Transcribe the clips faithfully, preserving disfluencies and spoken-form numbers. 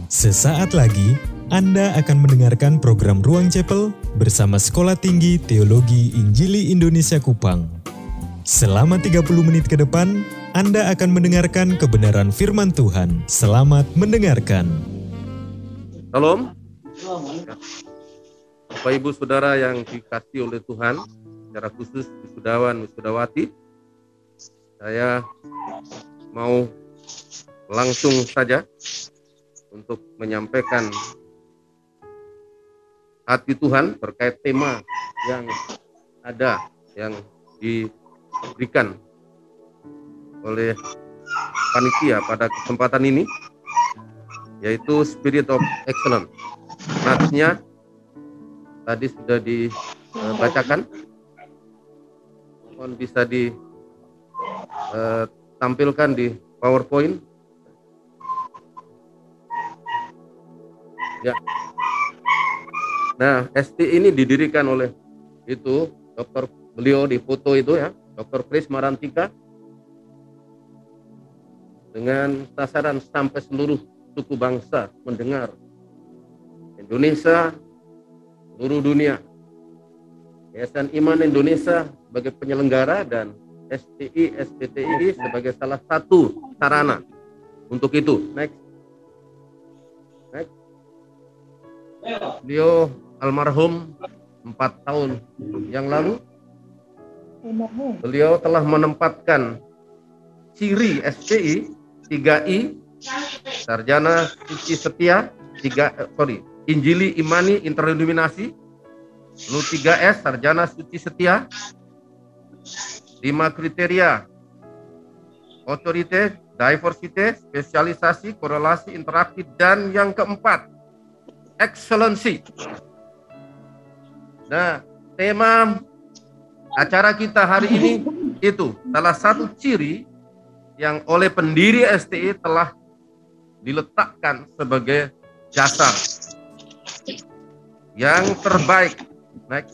Sesaat lagi, Anda akan mendengarkan program Ruang Chapel bersama Sekolah Tinggi Teologi Injili Indonesia Kupang. Selama tiga puluh menit ke depan, Anda akan mendengarkan kebenaran firman Tuhan. Selamat mendengarkan. Salam. Bapak Ibu Saudara yang dikasihi oleh Tuhan, secara khusus wisudawan wisudawati, saya mau langsung saja untuk menyampaikan hati Tuhan terkait tema yang ada, yang diberikan oleh panitia pada kesempatan ini, yaitu Spirit of Excellence. Natsnya tadi sudah dibacakan, mohon bisa ditampilkan di PowerPoint. Ya. Nah, S T ini didirikan oleh itu dokter beliau di foto itu ya, dokter Chris Marantika, dengan sasaran sampai seluruh suku bangsa mendengar Indonesia, seluruh dunia. Yayasan Iman Indonesia sebagai penyelenggara dan S T I S P T I sebagai salah satu sarana untuk itu. Next. Next. Beliau almarhum empat tahun yang lalu. Beliau telah menempatkan ciri S P I tiga I, Sarjana Suci Setia, tiga sorry, Injili Imani Interdenominasi, lalu tiga S, Sarjana Suci Setia, lima kriteria, otorite, diversity, spesialisasi, korelasi, interaksi, dan yang keempat, excellency. Nah, tema acara kita hari ini itu salah satu ciri yang oleh pendiri S T I telah diletakkan sebagai dasar yang terbaik. Next.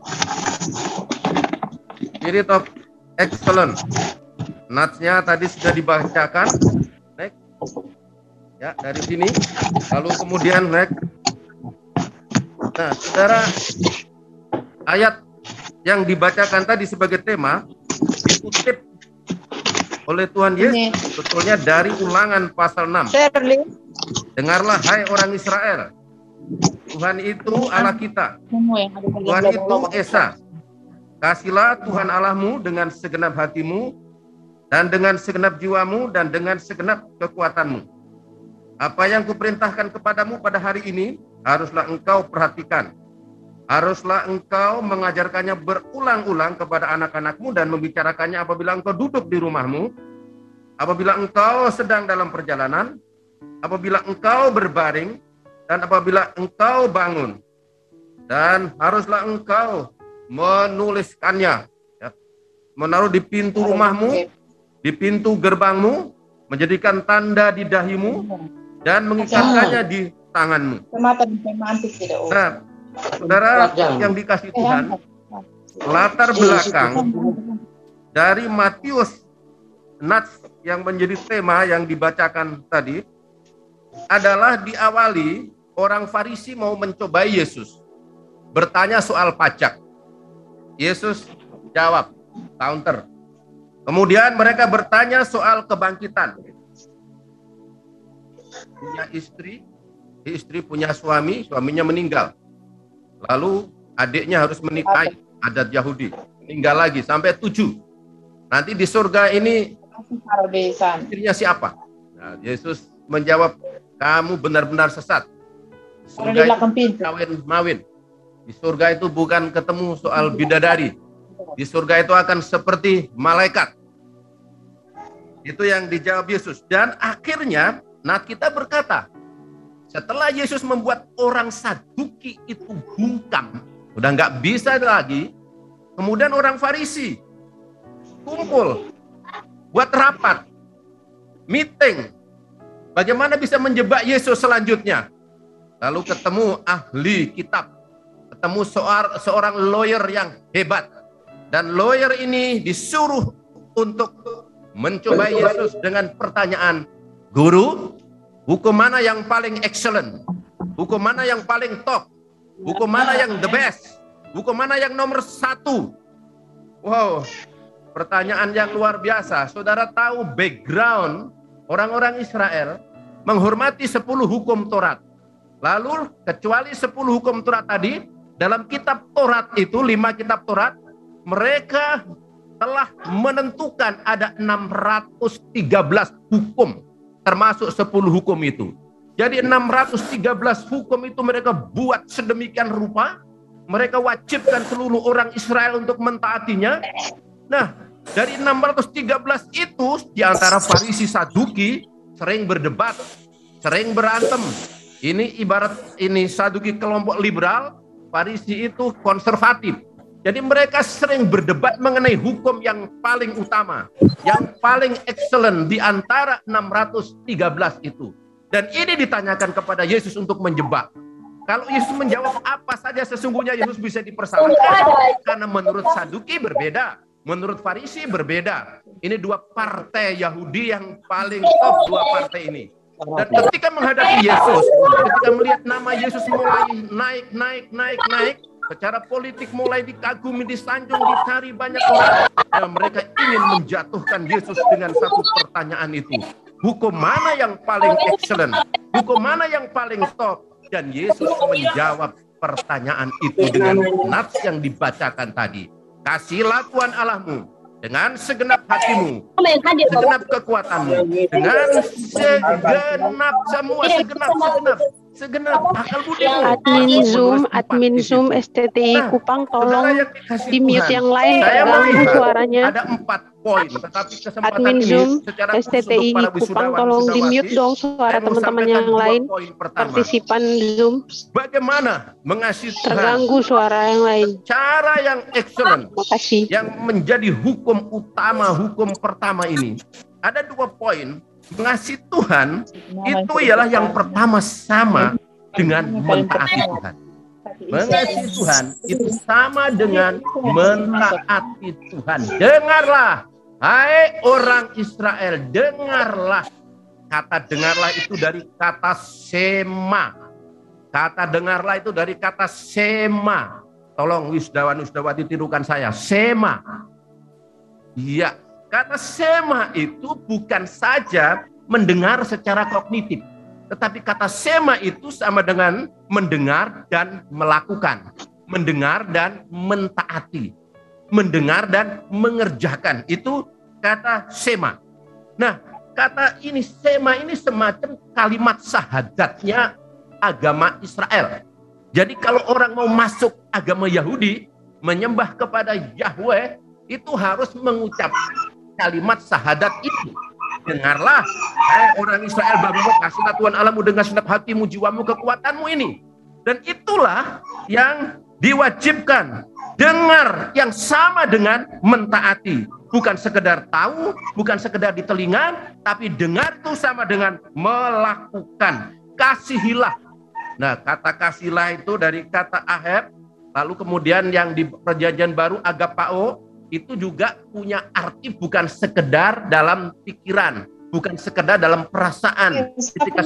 Spirit of Excellence. Natsnya tadi sudah dibacakan. Next. Ya, dari sini. Lalu kemudian next. Nah, saudara, ayat yang dibacakan tadi sebagai tema dikutip oleh Tuhan Yesus sebetulnya dari Ulangan pasal enam. Dengarlah hai orang Israel, Tuhan itu Allah kita, Tuhan itu Esa. Kasihlah Tuhan Allahmu dengan segenap hatimu dan dengan segenap jiwamu dan dengan segenap kekuatanmu. Apa yang kuperintahkan kepadamu pada hari ini haruslah engkau perhatikan. Haruslah engkau mengajarkannya berulang-ulang kepada anak-anakmu dan membicarakannya apabila engkau duduk di rumahmu, apabila engkau sedang dalam perjalanan, apabila engkau berbaring, dan apabila engkau bangun. Dan haruslah engkau menuliskannya, ya, menaruh di pintu rumahmu, di pintu gerbangmu, menjadikan tanda di dahimu, dan mengikatkannya di tanganmu. Nah, saudara yang dikasih Tuhan, latar belakang dari Matius Nats yang menjadi tema yang dibacakan tadi adalah diawali orang Farisi mau mencobai Yesus, bertanya soal pajak. Yesus jawab, counter. Kemudian mereka bertanya soal kebangkitan. Punya istri, istri punya suami, suaminya meninggal. Lalu adiknya harus menikahi, adat Yahudi. Meninggal lagi sampai tujuh. Nanti di surga ini istrinya siapa? Nah, Yesus menjawab, kamu benar-benar sesat. Surga itu kawin-mawin. Di surga itu bukan ketemu soal bidadari. Di surga itu akan seperti malaikat. Itu yang dijawab Yesus. Dan akhirnya, nah kita berkata, setelah Yesus membuat orang Saduki itu bungkam, udah nggak bisa lagi, kemudian orang Farisi kumpul, buat rapat, meeting, bagaimana bisa menjebak Yesus selanjutnya. Lalu ketemu ahli kitab, ketemu seorang, seorang lawyer yang hebat, dan lawyer ini disuruh untuk mencobai Yesus dengan pertanyaan, Guru, Hukum mana yang paling excellent? Hukum mana yang paling top? Hukum mana yang the best? Hukum mana yang nomor satu? Wow, pertanyaan yang luar biasa. Saudara tahu background orang-orang Israel menghormati sepuluh hukum Taurat. Lalu kecuali sepuluh hukum Taurat tadi, dalam kitab Taurat itu, lima kitab Taurat, mereka telah menentukan ada enam ratus tiga belas hukum, termasuk sepuluh hukum itu. Jadi enam ratus tiga belas hukum itu mereka buat sedemikian rupa, mereka wajibkan seluruh orang Israel untuk mentaatinya. Nah, dari enam ratus tiga belas itu, di antara Farisi Saduki sering berdebat, sering berantem. Ini ibarat ini Saduki kelompok liberal, Farisi itu konservatif. Jadi mereka sering berdebat mengenai hukum yang paling utama, yang paling excellent di antara enam ratus tiga belas itu. Dan ini ditanyakan kepada Yesus untuk menjebak. Kalau Yesus menjawab apa saja sesungguhnya Yesus bisa dipersalahkan. Karena menurut Saduki berbeda, menurut Farisi berbeda. Ini dua partai Yahudi yang paling top, dua partai ini. Dan ketika menghadapi Yesus, ketika melihat nama Yesus mulai naik, naik, naik, naik, secara politik mulai dikagumi, disanjung, dicari banyak orang. Dan mereka ingin menjatuhkan Yesus dengan satu pertanyaan itu. Hukum mana yang paling excellent? Hukum mana yang paling top? Dan Yesus menjawab pertanyaan itu dengan nats yang dibacakan tadi. Kasihlah Tuhan Allahmu dengan segenap hatimu, segenap kekuatanmu, dengan segenap semua, segenap, segenap, segenap akal budimu. Admin Zoom, admin Zoom S T T I Kupang, tolong di mute yang lain, ganggu suaranya. Ada empat poin, tetapi kesempatan admin ini Zoom secara S T T I Kupang, tolong di mute dong suara teman-teman yang lain, partisipan Zoom. Bagaimana mengasihi Tuhan? Terganggu suara yang lain. Cara yang excellent, makasih. Yang menjadi hukum utama, hukum pertama ini. Ada dua poin. Mengasihi Tuhan itu ialah yang pertama sama dengan mentaati Tuhan. Mengasihi Tuhan itu sama dengan mentaati Tuhan. Dengarlah, hai orang Israel, dengarlah. Kata dengarlah itu dari kata sema. Kata dengarlah itu dari kata sema. Tolong wisdawan-wisdawati tirukan saya. Sema. Iya. Kata sema itu bukan saja mendengar secara kognitif, tetapi kata sema itu sama dengan mendengar dan melakukan, mendengar dan mentaati, mendengar dan mengerjakan. Itu kata sema. Nah, kata ini sema ini semacam kalimat syahadatnya agama Israel. Jadi kalau orang mau masuk agama Yahudi, menyembah kepada Yahweh, itu harus mengucap kalimat syahadat itu. Dengarlah, hai orang Israel, bangsamu, kasihlah Tuhan Allahmu dengan segenap hatimu, jiwamu, kekuatanmu ini. Dan itulah yang diwajibkan. Dengar yang sama dengan mentaati. Bukan sekedar tahu, bukan sekedar di telinga, tapi dengar itu sama dengan melakukan. Kasihilah. Nah, kata kasihilah itu dari kata aheb, lalu kemudian yang di Perjanjian Baru agapao, itu juga punya arti bukan sekedar dalam pikiran, bukan sekedar dalam perasaan. Ketika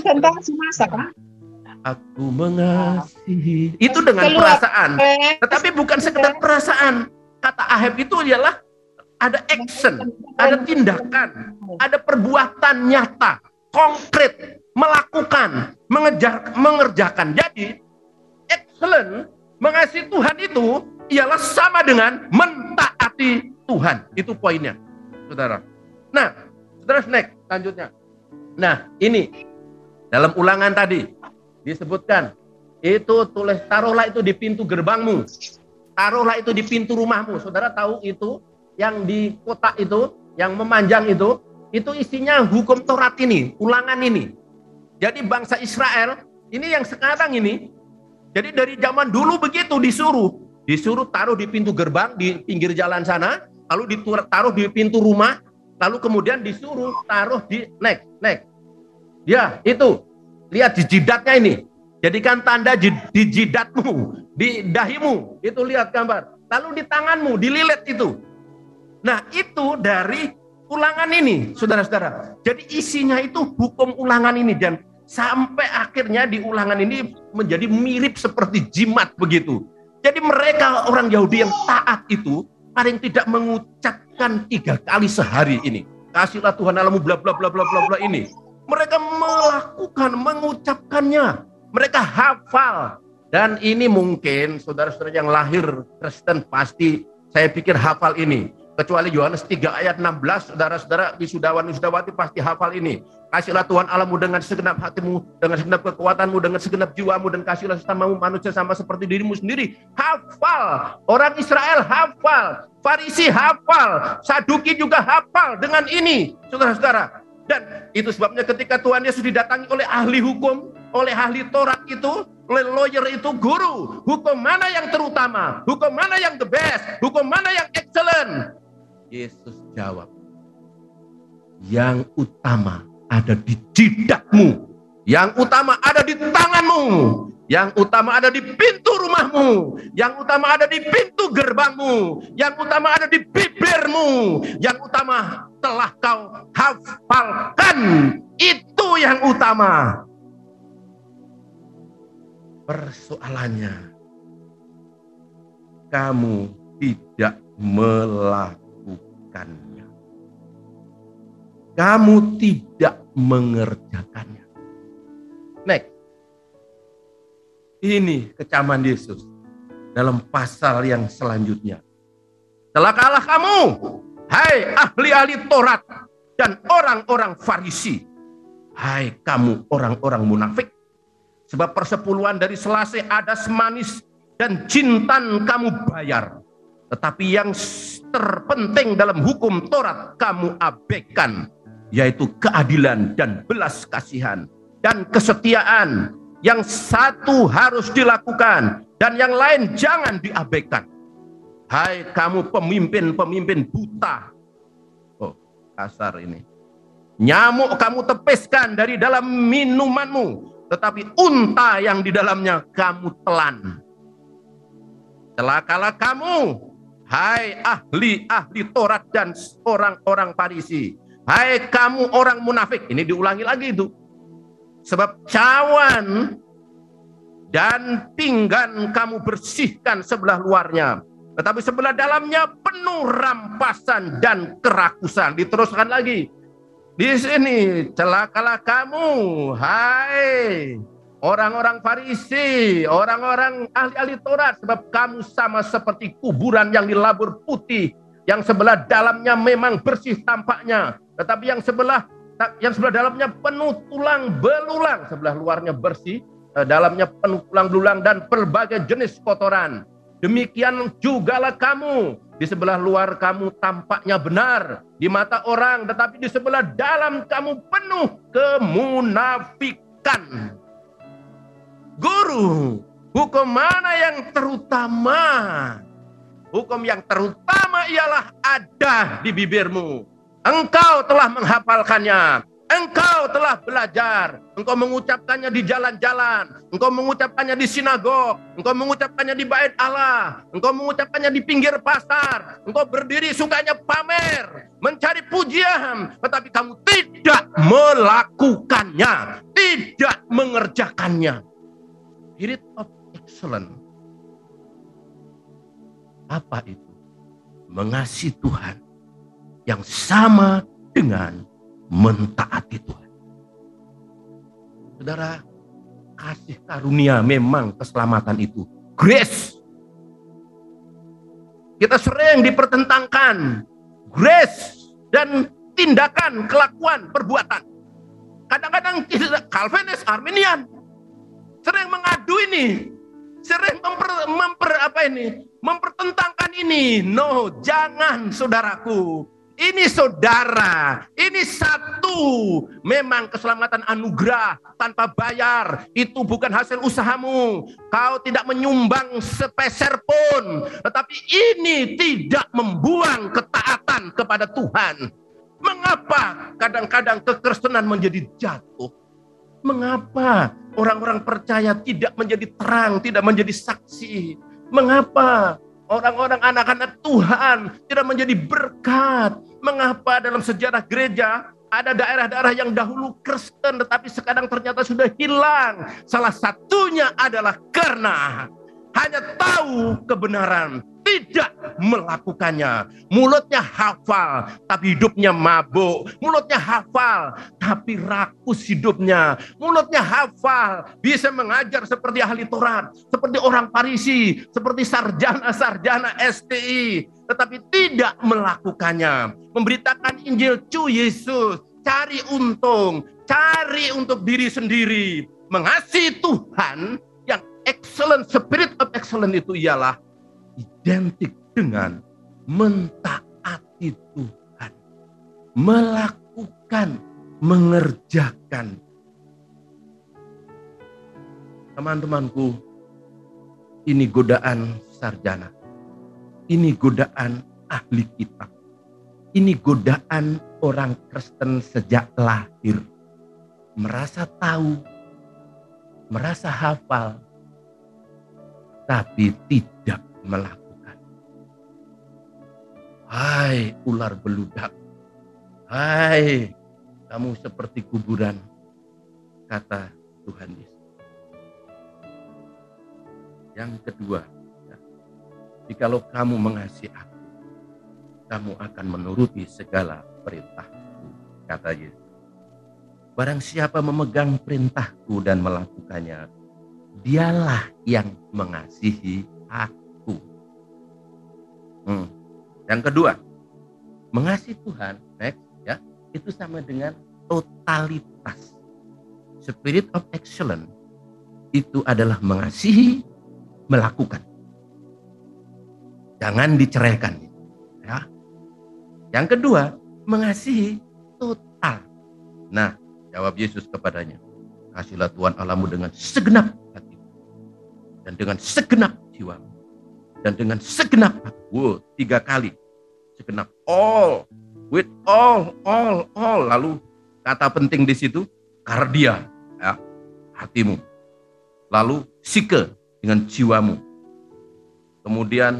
aku mengasihi, itu dengan perasaan, tetapi bukan sekedar perasaan. Kata aheb itu ialah ada action, ada tindakan, ada perbuatan nyata, konkret, melakukan, mengejar, mengerjakan. Jadi excellent, mengasihi Tuhan itu ialah sama dengan mentaati Tuhan. Itu poinnya, saudara. Nah, saudara, next, lanjutnya. Nah, ini dalam ulangan tadi disebutkan, itu tulis, taruhlah itu di pintu gerbangmu, taruhlah itu di pintu rumahmu. Saudara tahu itu yang di kotak itu, yang memanjang itu, itu isinya hukum Taurat ini, ulangan ini. Jadi bangsa Israel ini yang sekarang ini, jadi dari zaman dulu begitu disuruh. Disuruh taruh di pintu gerbang di pinggir jalan sana, lalu ditaruh di pintu rumah, lalu kemudian disuruh taruh di next, next. Ya, itu. Lihat di jidatnya ini. Jadikan tanda di jidatmu, di dahimu. Itu lihat gambar. Lalu di tanganmu, dililit itu. Nah, itu dari ulangan ini, saudara-saudara. Jadi isinya itu hukum ulangan ini, dan Sampai akhirnya di Ulangan ini menjadi mirip seperti jimat begitu. Jadi mereka orang Yahudi yang taat itu paling tidak mengucapkan tiga kali sehari ini. Kasihlah Tuhan Allahmu bla bla bla bla bla bla ini. Mereka melakukan, mengucapkannya. Mereka hafal. Dan ini mungkin saudara-saudara yang lahir Kristen pasti saya pikir hafal ini. Kecuali Yohanes tiga ayat enam belas, saudara-saudara wisudawan wisudawati pasti hafal ini. Kasihlah Tuhan Allahmu dengan segenap hatimu, dengan segenap kekuatanmu, dengan segenap jiwamu, dan kasihlah sesamamu manusia sama seperti dirimu sendiri. Hafal. Orang Israel hafal. Farisi hafal. Saduki juga hafal dengan ini, saudara-saudara. Dan itu sebabnya ketika Tuhan Yesus didatangi oleh ahli hukum, oleh ahli Taurat itu, oleh lawyer itu, guru, hukum mana yang terutama? Hukum mana yang the best? Hukum mana yang excellent? Yesus jawab, yang utama ada di jidatmu, yang utama ada di tanganmu, yang utama ada di pintu rumahmu, yang utama ada di pintu gerbangmu, yang utama ada di bibirmu, yang utama telah kau hafalkan. Itu yang utama. Persoalannya, kamu tidak melakukannya. Kamu tidak mengerjakannya. Next. Ini kecaman Yesus dalam pasal yang selanjutnya. Celakalah kamu, hai ahli-ahli Taurat dan orang-orang Farisi. Hai kamu orang-orang munafik. Sebab persepuluhan dari selase ada semanis dan jintan kamu bayar. Tetapi yang terpenting dalam hukum Taurat kamu abaikan, yaitu keadilan dan belas kasihan dan kesetiaan. Yang satu harus dilakukan dan yang lain jangan diabaikan. Hai kamu pemimpin-pemimpin buta. Oh, kasar ini. Nyamuk kamu tepiskan dari dalam minumanmu, tetapi unta yang di dalamnya kamu telan. Celakalah kamu, hai ahli-ahli Taurat dan orang-orang Farisi. Hai kamu orang munafik. Ini diulangi lagi itu. Sebab cawan dan pinggan kamu bersihkan sebelah luarnya, tetapi sebelah dalamnya penuh rampasan dan kerakusan. Diteruskan lagi. Di sini, celakalah kamu, hai orang-orang Farisi, orang-orang ahli-ahli Taurat, sebab kamu sama seperti kuburan yang dilabur putih, yang sebelah dalamnya memang bersih tampaknya, tetapi yang sebelah yang sebelah dalamnya penuh tulang belulang, sebelah luarnya bersih, dalamnya penuh tulang belulang dan berbagai jenis kotoran. Demikian jugalah kamu, di sebelah luar kamu tampaknya benar di mata orang, tetapi di sebelah dalam kamu penuh kemunafikan. Guru, hukum mana yang terutama? Hukum yang terutama ialah ada di bibirmu. Engkau telah menghafalkannya, engkau telah belajar, engkau mengucapkannya di jalan-jalan, engkau mengucapkannya di sinagog, engkau mengucapkannya di bait Allah, engkau mengucapkannya di pinggir pasar, engkau berdiri sukanya pamer, mencari pujian, tetapi kamu tidak melakukannya, tidak mengerjakannya. Spirit of excellence. Apa itu? Mengasihi Tuhan yang sama dengan mentaati Tuhan. Saudara, kasih karunia memang keselamatan itu. Grace. Kita sering dipertentangkan grace dan tindakan, kelakuan, perbuatan. Kadang-kadang kita Calvinis, Arminian sering mengadu ini, sering memper, memper apa ini, mempertentangkan ini. No, jangan saudaraku. Ini saudara, ini satu. Memang keselamatan anugerah tanpa bayar. Itu bukan hasil usahamu. Kau tidak menyumbang sepeser pun. Tetapi ini tidak membuang ketaatan kepada Tuhan. Mengapa kadang-kadang kekristenan menjadi jatuh? Mengapa orang-orang percaya tidak menjadi terang, tidak menjadi saksi? Mengapa orang-orang anak-anak Tuhan tidak menjadi berkat? Mengapa dalam sejarah gereja Ada daerah-daerah yang dahulu Kristen tetapi sekarang ternyata sudah hilang. Salah satunya adalah karena hanya tahu kebenaran, tidak melakukannya. Mulutnya hafal, tapi hidupnya mabuk. Mulutnya hafal, tapi rakus hidupnya. Mulutnya hafal, bisa mengajar seperti ahli Taurat, seperti orang Farisi, seperti sarjana-sarjana S T I, tetapi tidak melakukannya. Memberitakan Injil cu Yesus, cari untung, cari untuk diri sendiri. Mengasihi Tuhan yang excellent, spirit of excellence itu ialah identik dengan mentaati Tuhan, melakukan, mengerjakan. Teman-temanku, ini godaan sarjana, ini godaan ahli kitab, ini godaan orang Kristen sejak lahir, merasa tahu, merasa hafal, tapi tidak melakukan. Hai ular beludak, hai kamu seperti kuburan, kata Tuhan Yesus. Yang kedua, ya, jikalau kamu mengasihi aku, kamu akan menuruti segala perintahku, kata Yesus. Barang siapa memegang perintahku dan melakukannya, dialah yang mengasihi aku. Hmm. Yang kedua, mengasihi Tuhan, next, ya, itu sama dengan totalitas. Spirit of excellence itu adalah mengasihi, melakukan. Jangan diceraikan, ya. Yang kedua, mengasihi total. Nah, jawab Yesus kepadanya, kasihlah Tuhan Allahmu dengan segenap hati, dan dengan segenap jiwamu, dan dengan segenap, wow, tiga kali, segenap, all, with all, all, all. Lalu kata penting di situ, kardia, ya, hatimu. Lalu sike, dengan jiwamu. Kemudian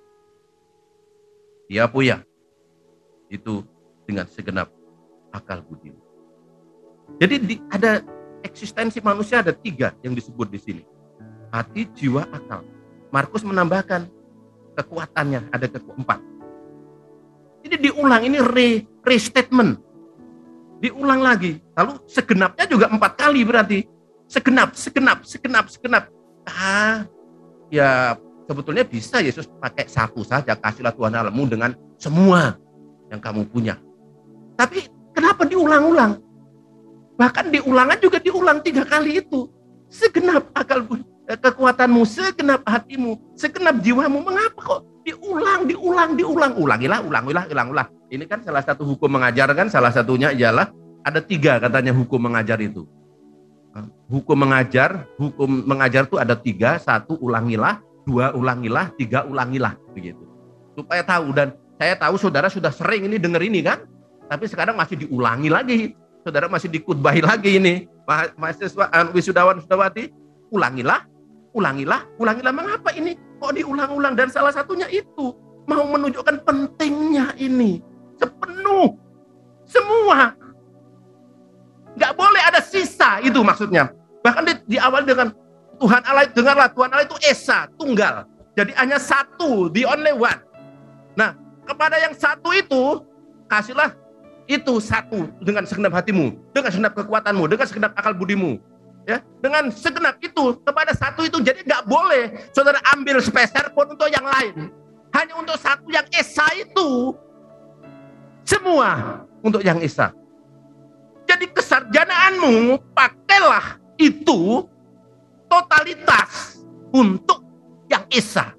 diapoia, itu dengan segenap akal budimu. Jadi di, ada eksistensi manusia ada tiga yang disebut di sini. Hati, jiwa, akal. Markus menambahkan kekuatannya ada keempat. Jadi diulang, ini re, restatement. Diulang lagi. Lalu segenapnya juga empat kali berarti. Segenap, segenap, segenap, segenap. Ah, ya sebetulnya bisa Yesus pakai satu saja, kasihlah Tuhan Allahmu dengan semua yang kamu punya. Tapi kenapa diulang-ulang? Bahkan diulangan juga diulang tiga kali itu. Segenap akal kekuatanmu, segenap hatimu, segenap jiwamu. Mengapa kok diulang, diulang, diulang? Ulangilah, ulangilah, ulangilah. Ini kan salah satu hukum mengajar kan, salah satunya ialah ada tiga katanya hukum mengajar itu. Hukum mengajar, hukum mengajar itu ada tiga, satu ulangilah, dua ulangilah, tiga ulangilah, begitu. Supaya tahu, dan saya tahu saudara sudah sering ini dengar ini kan, tapi sekarang masih diulangi lagi, saudara masih dikutbahi lagi ini, mahasiswa, wisudawan, wisudawati, ulangilah, ulangilah, ulangilah. Mengapa ini kok diulang-ulang? Dan salah satunya itu mau menunjukkan pentingnya ini sepenuh, semua. Nggak boleh ada sisa, itu maksudnya. Bahkan di, di awal dengan Tuhan Allah, dengarlah Tuhan Allah itu Esa, tunggal. Jadi hanya satu, the only one. Nah, kepada yang satu itu, kasihlah itu satu dengan segenap hatimu, dengan segenap kekuatanmu, dengan segenap akal budimu. Ya, dengan segenap itu, kepada satu itu. Jadi nggak boleh saudara ambil sepeser pun untuk yang lain. Hanya untuk satu yang Esa itu. Semua untuk yang Esa. Jadi kesarjanaanmu, pakailah itu totalitas untuk yang Esa.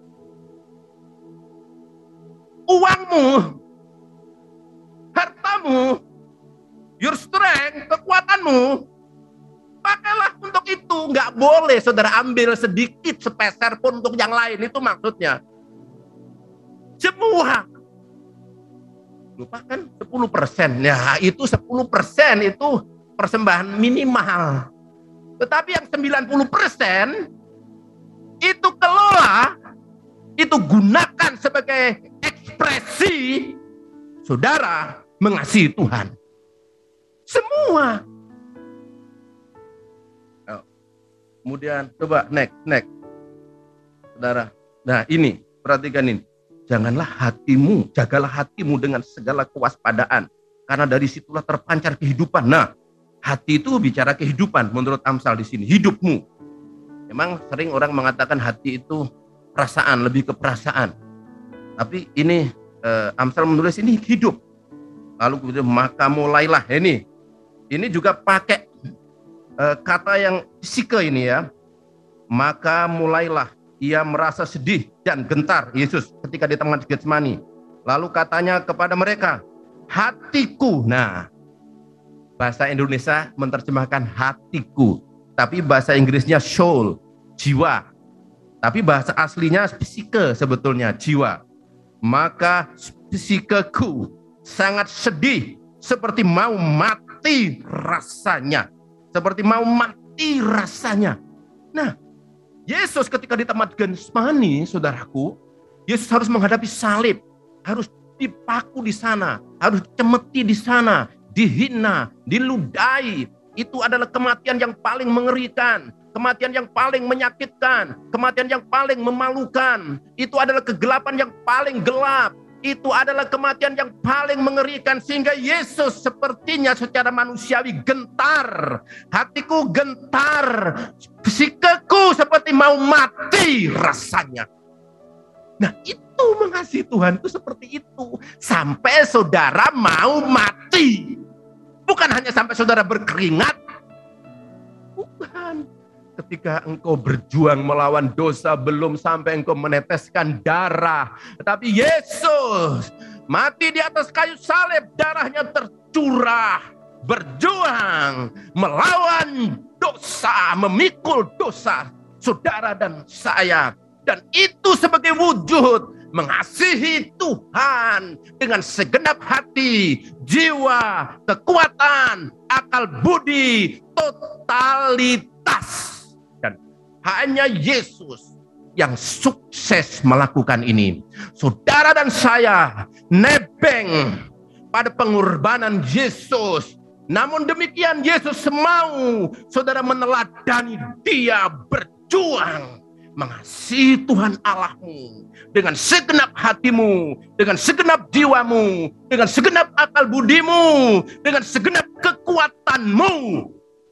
Uangmu, hartamu, your strength, kekuatanmu, pakailah untuk itu. Nggak boleh saudara ambil sedikit sepeser pun untuk yang lain. Itu maksudnya. Semua. Lupakan sepuluh persen. Ya, itu sepuluh persen itu persembahan minimal. Tetapi yang sembilan puluh persen itu kelola, itu gunakan sebagai ekspresi saudara mengasihi Tuhan. Semua. Oh. Kemudian coba next, next. Saudara. Nah ini, perhatikan ini. Janganlah hatimu, jagalah hatimu dengan segala kewaspadaan. Karena dari situlah terpancar kehidupan. Nah, hati itu bicara kehidupan menurut Amsal di sini. Hidupmu. Memang sering orang mengatakan hati itu perasaan, lebih ke perasaan. Tapi ini eh, Amsal menulis ini hidup. Lalu kemudian maka mulailah. Ini, ini juga pakai eh, kata yang psike ini ya. Maka mulailah. Ia merasa sedih dan gentar, Yesus ketika di taman Getsemani. Lalu katanya kepada mereka, hatiku. Nah, bahasa Indonesia menerjemahkan hatiku. Tapi bahasa Inggrisnya soul, jiwa. Tapi bahasa aslinya psike sebetulnya, jiwa. Maka psikeku sangat sedih, seperti mau mati rasanya. Seperti mau mati rasanya. Nah, Yesus ketika di taman Getsemani, saudaraku, Yesus harus menghadapi salib, harus dipaku di sana, harus dicemeti di sana, dihina, diludai. Itu adalah kematian yang paling mengerikan, kematian yang paling menyakitkan, kematian yang paling memalukan. Itu adalah kegelapan yang paling gelap. Itu adalah kematian yang paling mengerikan, sehingga Yesus sepertinya secara manusiawi gentar. Hatiku gentar, psikeku seperti mau mati rasanya. Nah, itu mengasihi Tuhan itu seperti itu. Sampai saudara mau mati. Bukan hanya sampai saudara berkeringat. Bukan. Ketika engkau berjuang melawan dosa, belum sampai engkau meneteskan darah. Tetapi Yesus mati di atas kayu salib, darahnya tercurah. Berjuang melawan dosa, memikul dosa saudara dan saya. Dan itu sebagai wujud mengasihi Tuhan dengan segenap hati, jiwa, kekuatan, akal budi, totalitas. Hanya Yesus yang sukses melakukan ini. Saudara dan saya nebeng pada pengorbanan Yesus. Namun demikian Yesus mau saudara meneladani dia berjuang mengasihi Tuhan Allahmu dengan segenap hatimu, dengan segenap jiwamu, dengan segenap akal budimu, dengan segenap kekuatanmu.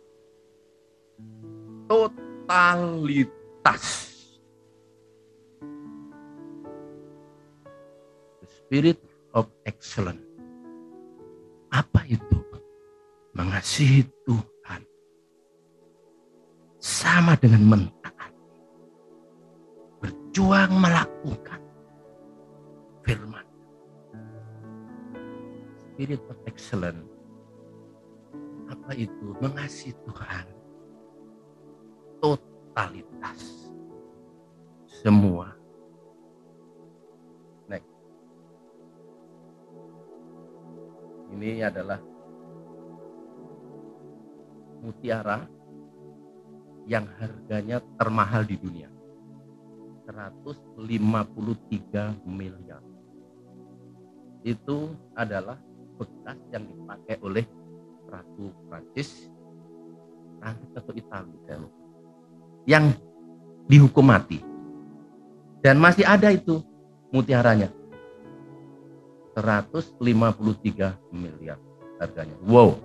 Totalitas. The spirit of excellence. Apa itu? Mengasihi Tuhan sama dengan mentaati, berjuang melakukan firman. Spirit of excellence. Apa itu? Mengasihi Tuhan totalitas, semua. Next. Ini adalah mutiara yang harganya termahal di dunia, seratus lima puluh tiga miliar. Itu adalah bekas yang dipakai oleh Ratu Prancis, Prancis atau Italia, yang dihukum mati. Dan masih ada itu mutiaranya. seratus lima puluh tiga miliar harganya. Wow.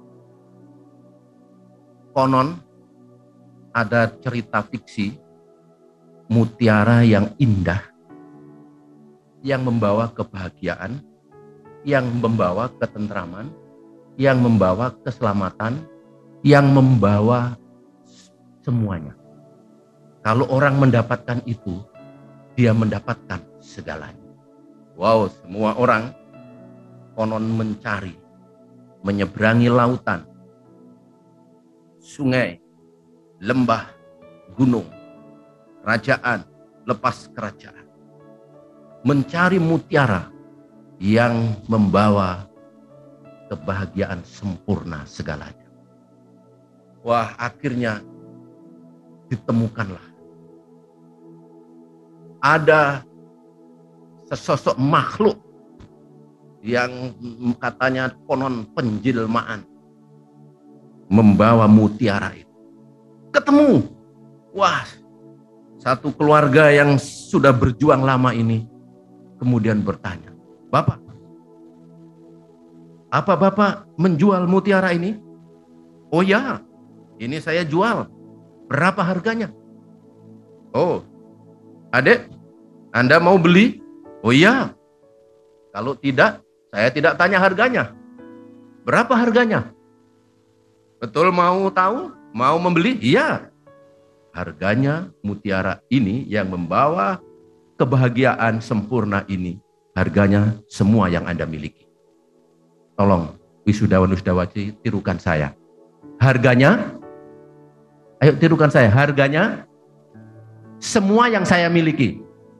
Konon ada cerita fiksi mutiara yang indah, yang membawa kebahagiaan, yang membawa ketentraman, yang membawa keselamatan, yang membawa semuanya. Kalau orang mendapatkan itu, dia mendapatkan segalanya. Wow, semua orang konon mencari, menyeberangi lautan, sungai, lembah, gunung, kerajaan, lepas kerajaan. Mencari mutiara yang membawa kebahagiaan sempurna segalanya. Wah, akhirnya ditemukanlah. Ada sesosok makhluk yang katanya konon penjelmaan membawa mutiara itu. Ketemu, wah, satu keluarga yang sudah berjuang lama ini kemudian bertanya, Bapak, apa Bapak menjual mutiara ini? Oh ya, ini saya jual. Berapa harganya? Oh, Adek, Anda mau beli? Oh iya. Kalau tidak, saya tidak tanya harganya. Berapa harganya? Betul mau tahu? Mau membeli? Iya. Harganya mutiara ini yang membawa kebahagiaan sempurna ini, harganya semua yang Anda miliki. Tolong, wisudawan-wisudawati, tirukan saya. Harganya, ayo tirukan saya, harganya semua yang saya miliki.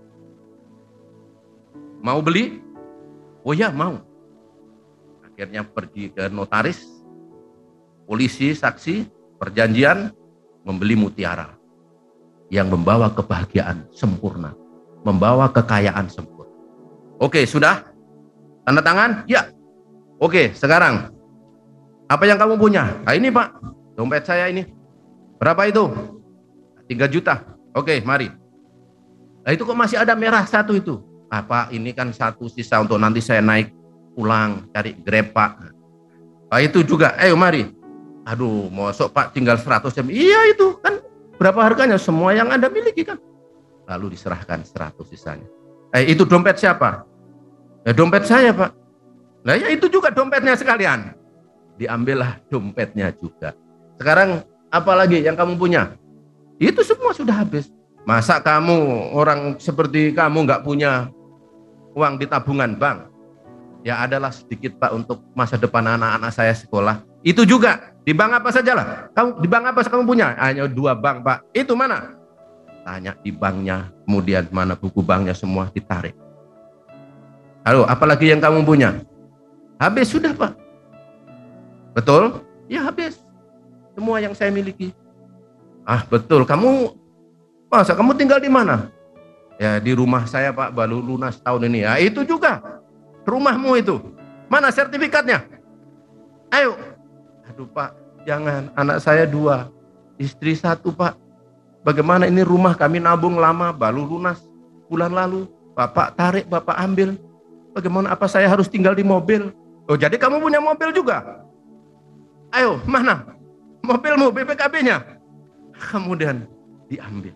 Mau beli? Oh ya, mau. Akhirnya pergi ke notaris, polisi, saksi, perjanjian, membeli mutiara yang membawa kebahagiaan sempurna, membawa kekayaan sempurna. Oke, sudah? Tanda tangan? Ya. Oke, sekarang apa yang kamu punya? Nah, ini Pak, dompet saya ini. Berapa itu? tiga juta. Oke, mari. Nah, itu kok masih ada merah satu itu? Ah, Pak, ini kan satu sisa untuk nanti saya naik pulang, cari Grab, Pak. Nah, itu juga, ayo mari. Aduh, mosok Pak tinggal seratus jam. Iya itu, kan berapa harganya? Semua yang Anda miliki kan. Lalu diserahkan seratus sisanya. Eh, itu dompet siapa? Ya, dompet saya, Pak. Nah, ya itu juga dompetnya sekalian. Diambillah dompetnya juga. Sekarang apa lagi yang kamu punya? Itu semua sudah habis. Masa kamu, orang seperti kamu nggak punya uang di tabungan bank? Ya adalah sedikit Pak untuk masa depan anak-anak saya sekolah. Itu juga di bank apa saja lah. Kamu di bank apa kamu punya? Hanya dua bank Pak. Itu mana? Tanya di banknya. Kemudian mana buku banknya, semua ditarik. Halo, apalagi yang kamu punya? Habis sudah Pak. Betul? Ya habis. Semua yang saya miliki. Ah betul. Kamu masa kamu tinggal di mana? Ya di rumah saya Pak, baru lunas tahun ini. Ya itu juga. Rumahmu itu, mana sertifikatnya? Ayo. Aduh Pak, jangan, anak saya dua, istri satu Pak. Bagaimana ini rumah kami nabung lama, baru lunas bulan lalu. Bapak tarik, Bapak ambil. Bagaimana, apa saya harus tinggal di mobil? Oh jadi kamu punya mobil juga? Ayo, mana? Mobilmu, B P K B-nya? Kemudian diambil.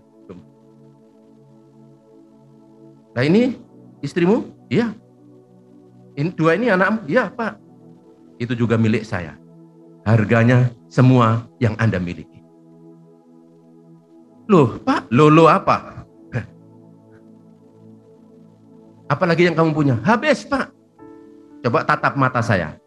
Nah ini istrimu? Iya. Ini dua ini anakmu? Ya Pak. Itu juga milik saya. Harganya semua yang Anda miliki. Loh Pak, loh, loh apa? Apalagi yang kamu punya? Habis Pak. Coba tatap mata saya.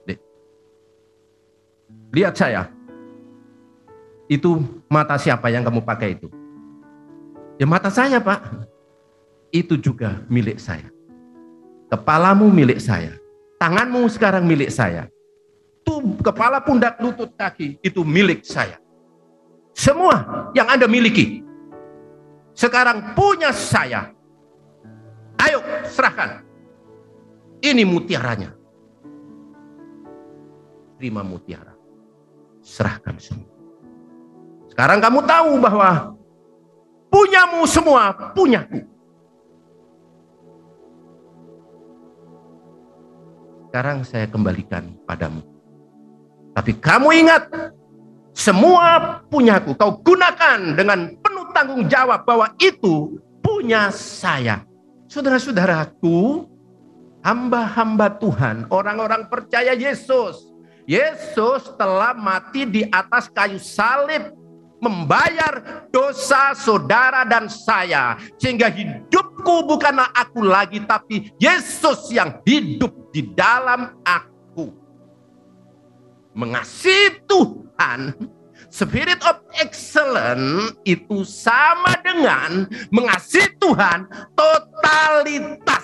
Lihat saya. Itu mata siapa yang kamu pakai itu? Ya mata saya Pak. Itu juga milik saya. Kepalamu milik saya, tanganmu sekarang milik saya, tuh kepala, pundak, lutut, kaki itu milik saya. Semua yang Anda miliki sekarang punya saya. Ayo serahkan. Ini mutiaranya. Terima mutiara. Serahkan semua. Sekarang kamu tahu bahwa punyamu semua punyaku. Sekarang saya kembalikan padamu. Tapi kamu ingat, semua punyaku kau gunakan dengan penuh tanggung jawab bahwa itu punya saya. Saudara-saudaraku, hamba-hamba Tuhan, orang-orang percaya Yesus. Yesus telah mati di atas kayu salib, membayar dosa saudara dan saya. Sehingga hidupku bukanlah aku lagi, tapi Yesus yang hidup di dalam aku. Mengasihi Tuhan, spirit of excellence itu sama dengan mengasihi Tuhan totalitas.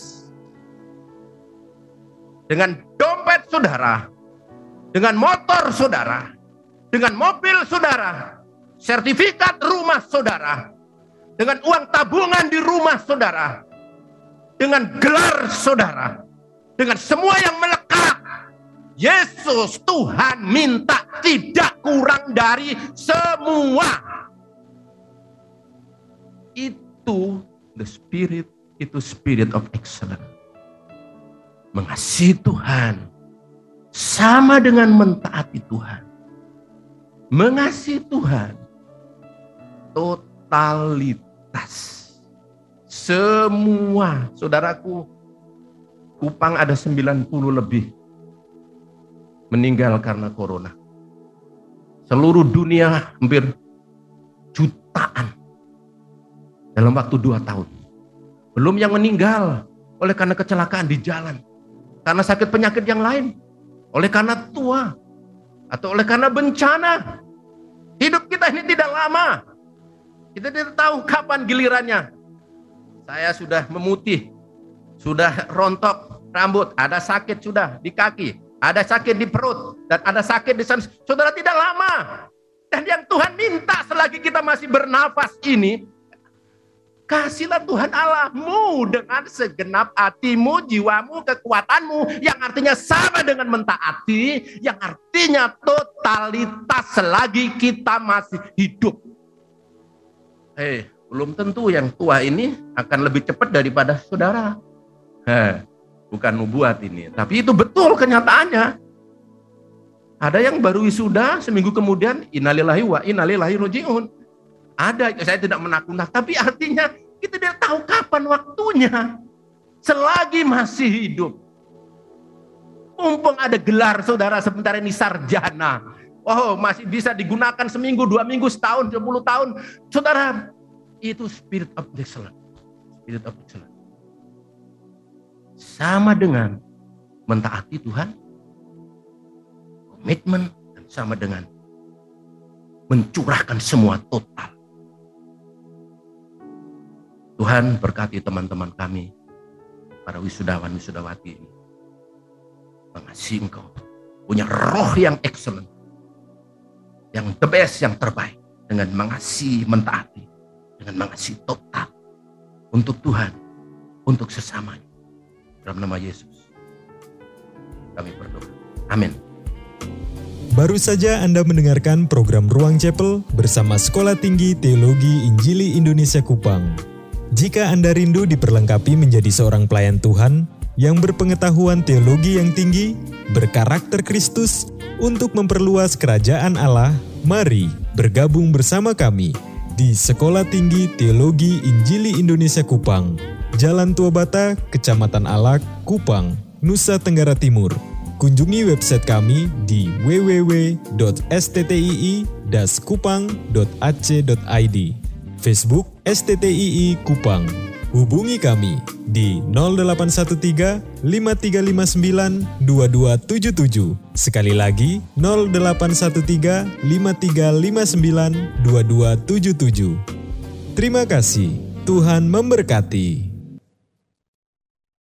Dengan dompet saudara, dengan motor saudara, dengan mobil saudara, sertifikat rumah saudara, dengan uang tabungan di rumah saudara, dengan gelar saudara, dengan semua yang melekat, Yesus Tuhan minta tidak kurang dari semua. Itu the spirit, itu spirit of excellence. Mengasihi Tuhan sama dengan mentaati Tuhan. Mengasihi Tuhan totalitas. Semua, saudaraku, Kupang ada sembilan puluh lebih meninggal karena corona. Seluruh dunia hampir jutaan dalam waktu dua tahun. Belum yang meninggal oleh karena kecelakaan di jalan, karena sakit penyakit yang lain, oleh karena tua, atau oleh karena bencana. Hidup kita ini tidak lama. Kita tidak tahu kapan gilirannya. Saya sudah memutih, sudah rontok rambut, ada sakit sudah di kaki, ada sakit di perut, dan ada sakit di sana. Saudara, tidak lama. Dan yang Tuhan minta selagi kita masih bernafas ini, kasihlah Tuhan Allahmu dengan segenap hatimu, jiwamu, kekuatanmu, yang artinya sama dengan mentaati, yang artinya totalitas selagi kita masih hidup. Hei, belum tentu yang tua ini akan lebih cepat daripada saudara. Heh, bukan nubuat ini, tapi itu betul kenyataannya. Ada yang baru wisuda, seminggu kemudian innalillahi wa innalillahi raji'un. Ada, saya tidak menakut-nakut, tapi artinya kita tidak tahu kapan waktunya. Selagi masih hidup. Mumpung ada gelar saudara sebentar ini sarjana. Oh, masih bisa digunakan seminggu, dua minggu, setahun, sepuluh tahun. Saudara, itu spirit of excellence. Spirit of excellence. Sama dengan mentaati Tuhan, komitmen, dan sama dengan mencurahkan semua total. Tuhan berkati teman-teman kami, para wisudawan wisudawati ini. Mengasihi engkau, punya roh yang excellent, yang the best, yang terbaik, dengan mengasihi, mentaati, dengan mengasihi total untuk Tuhan, untuk sesamanya. Dalam nama Yesus kami berdoa. Amin. Baru saja Anda mendengarkan program Ruang Chapel bersama Sekolah Tinggi Teologi Injili Indonesia Kupang. Jika Anda rindu diperlengkapi menjadi seorang pelayan Tuhan yang berpengetahuan teologi yang tinggi, berkarakter Kristus untuk memperluas kerajaan Allah, mari bergabung bersama kami di Sekolah Tinggi Teologi Injili Indonesia Kupang, Jalan Tua Bata, Kecamatan Alak, Kupang, Nusa Tenggara Timur. Kunjungi website kami di w w w dot s t t i i dash kupang dot a c dot i d. Facebook S T T I I Kupang. Hubungi kami di nol delapan satu tiga lima tiga lima sembilan dua dua tujuh tujuh. Sekali lagi nol delapan satu tiga lima tiga lima sembilan dua dua tujuh tujuh. Terima kasih. Tuhan memberkati.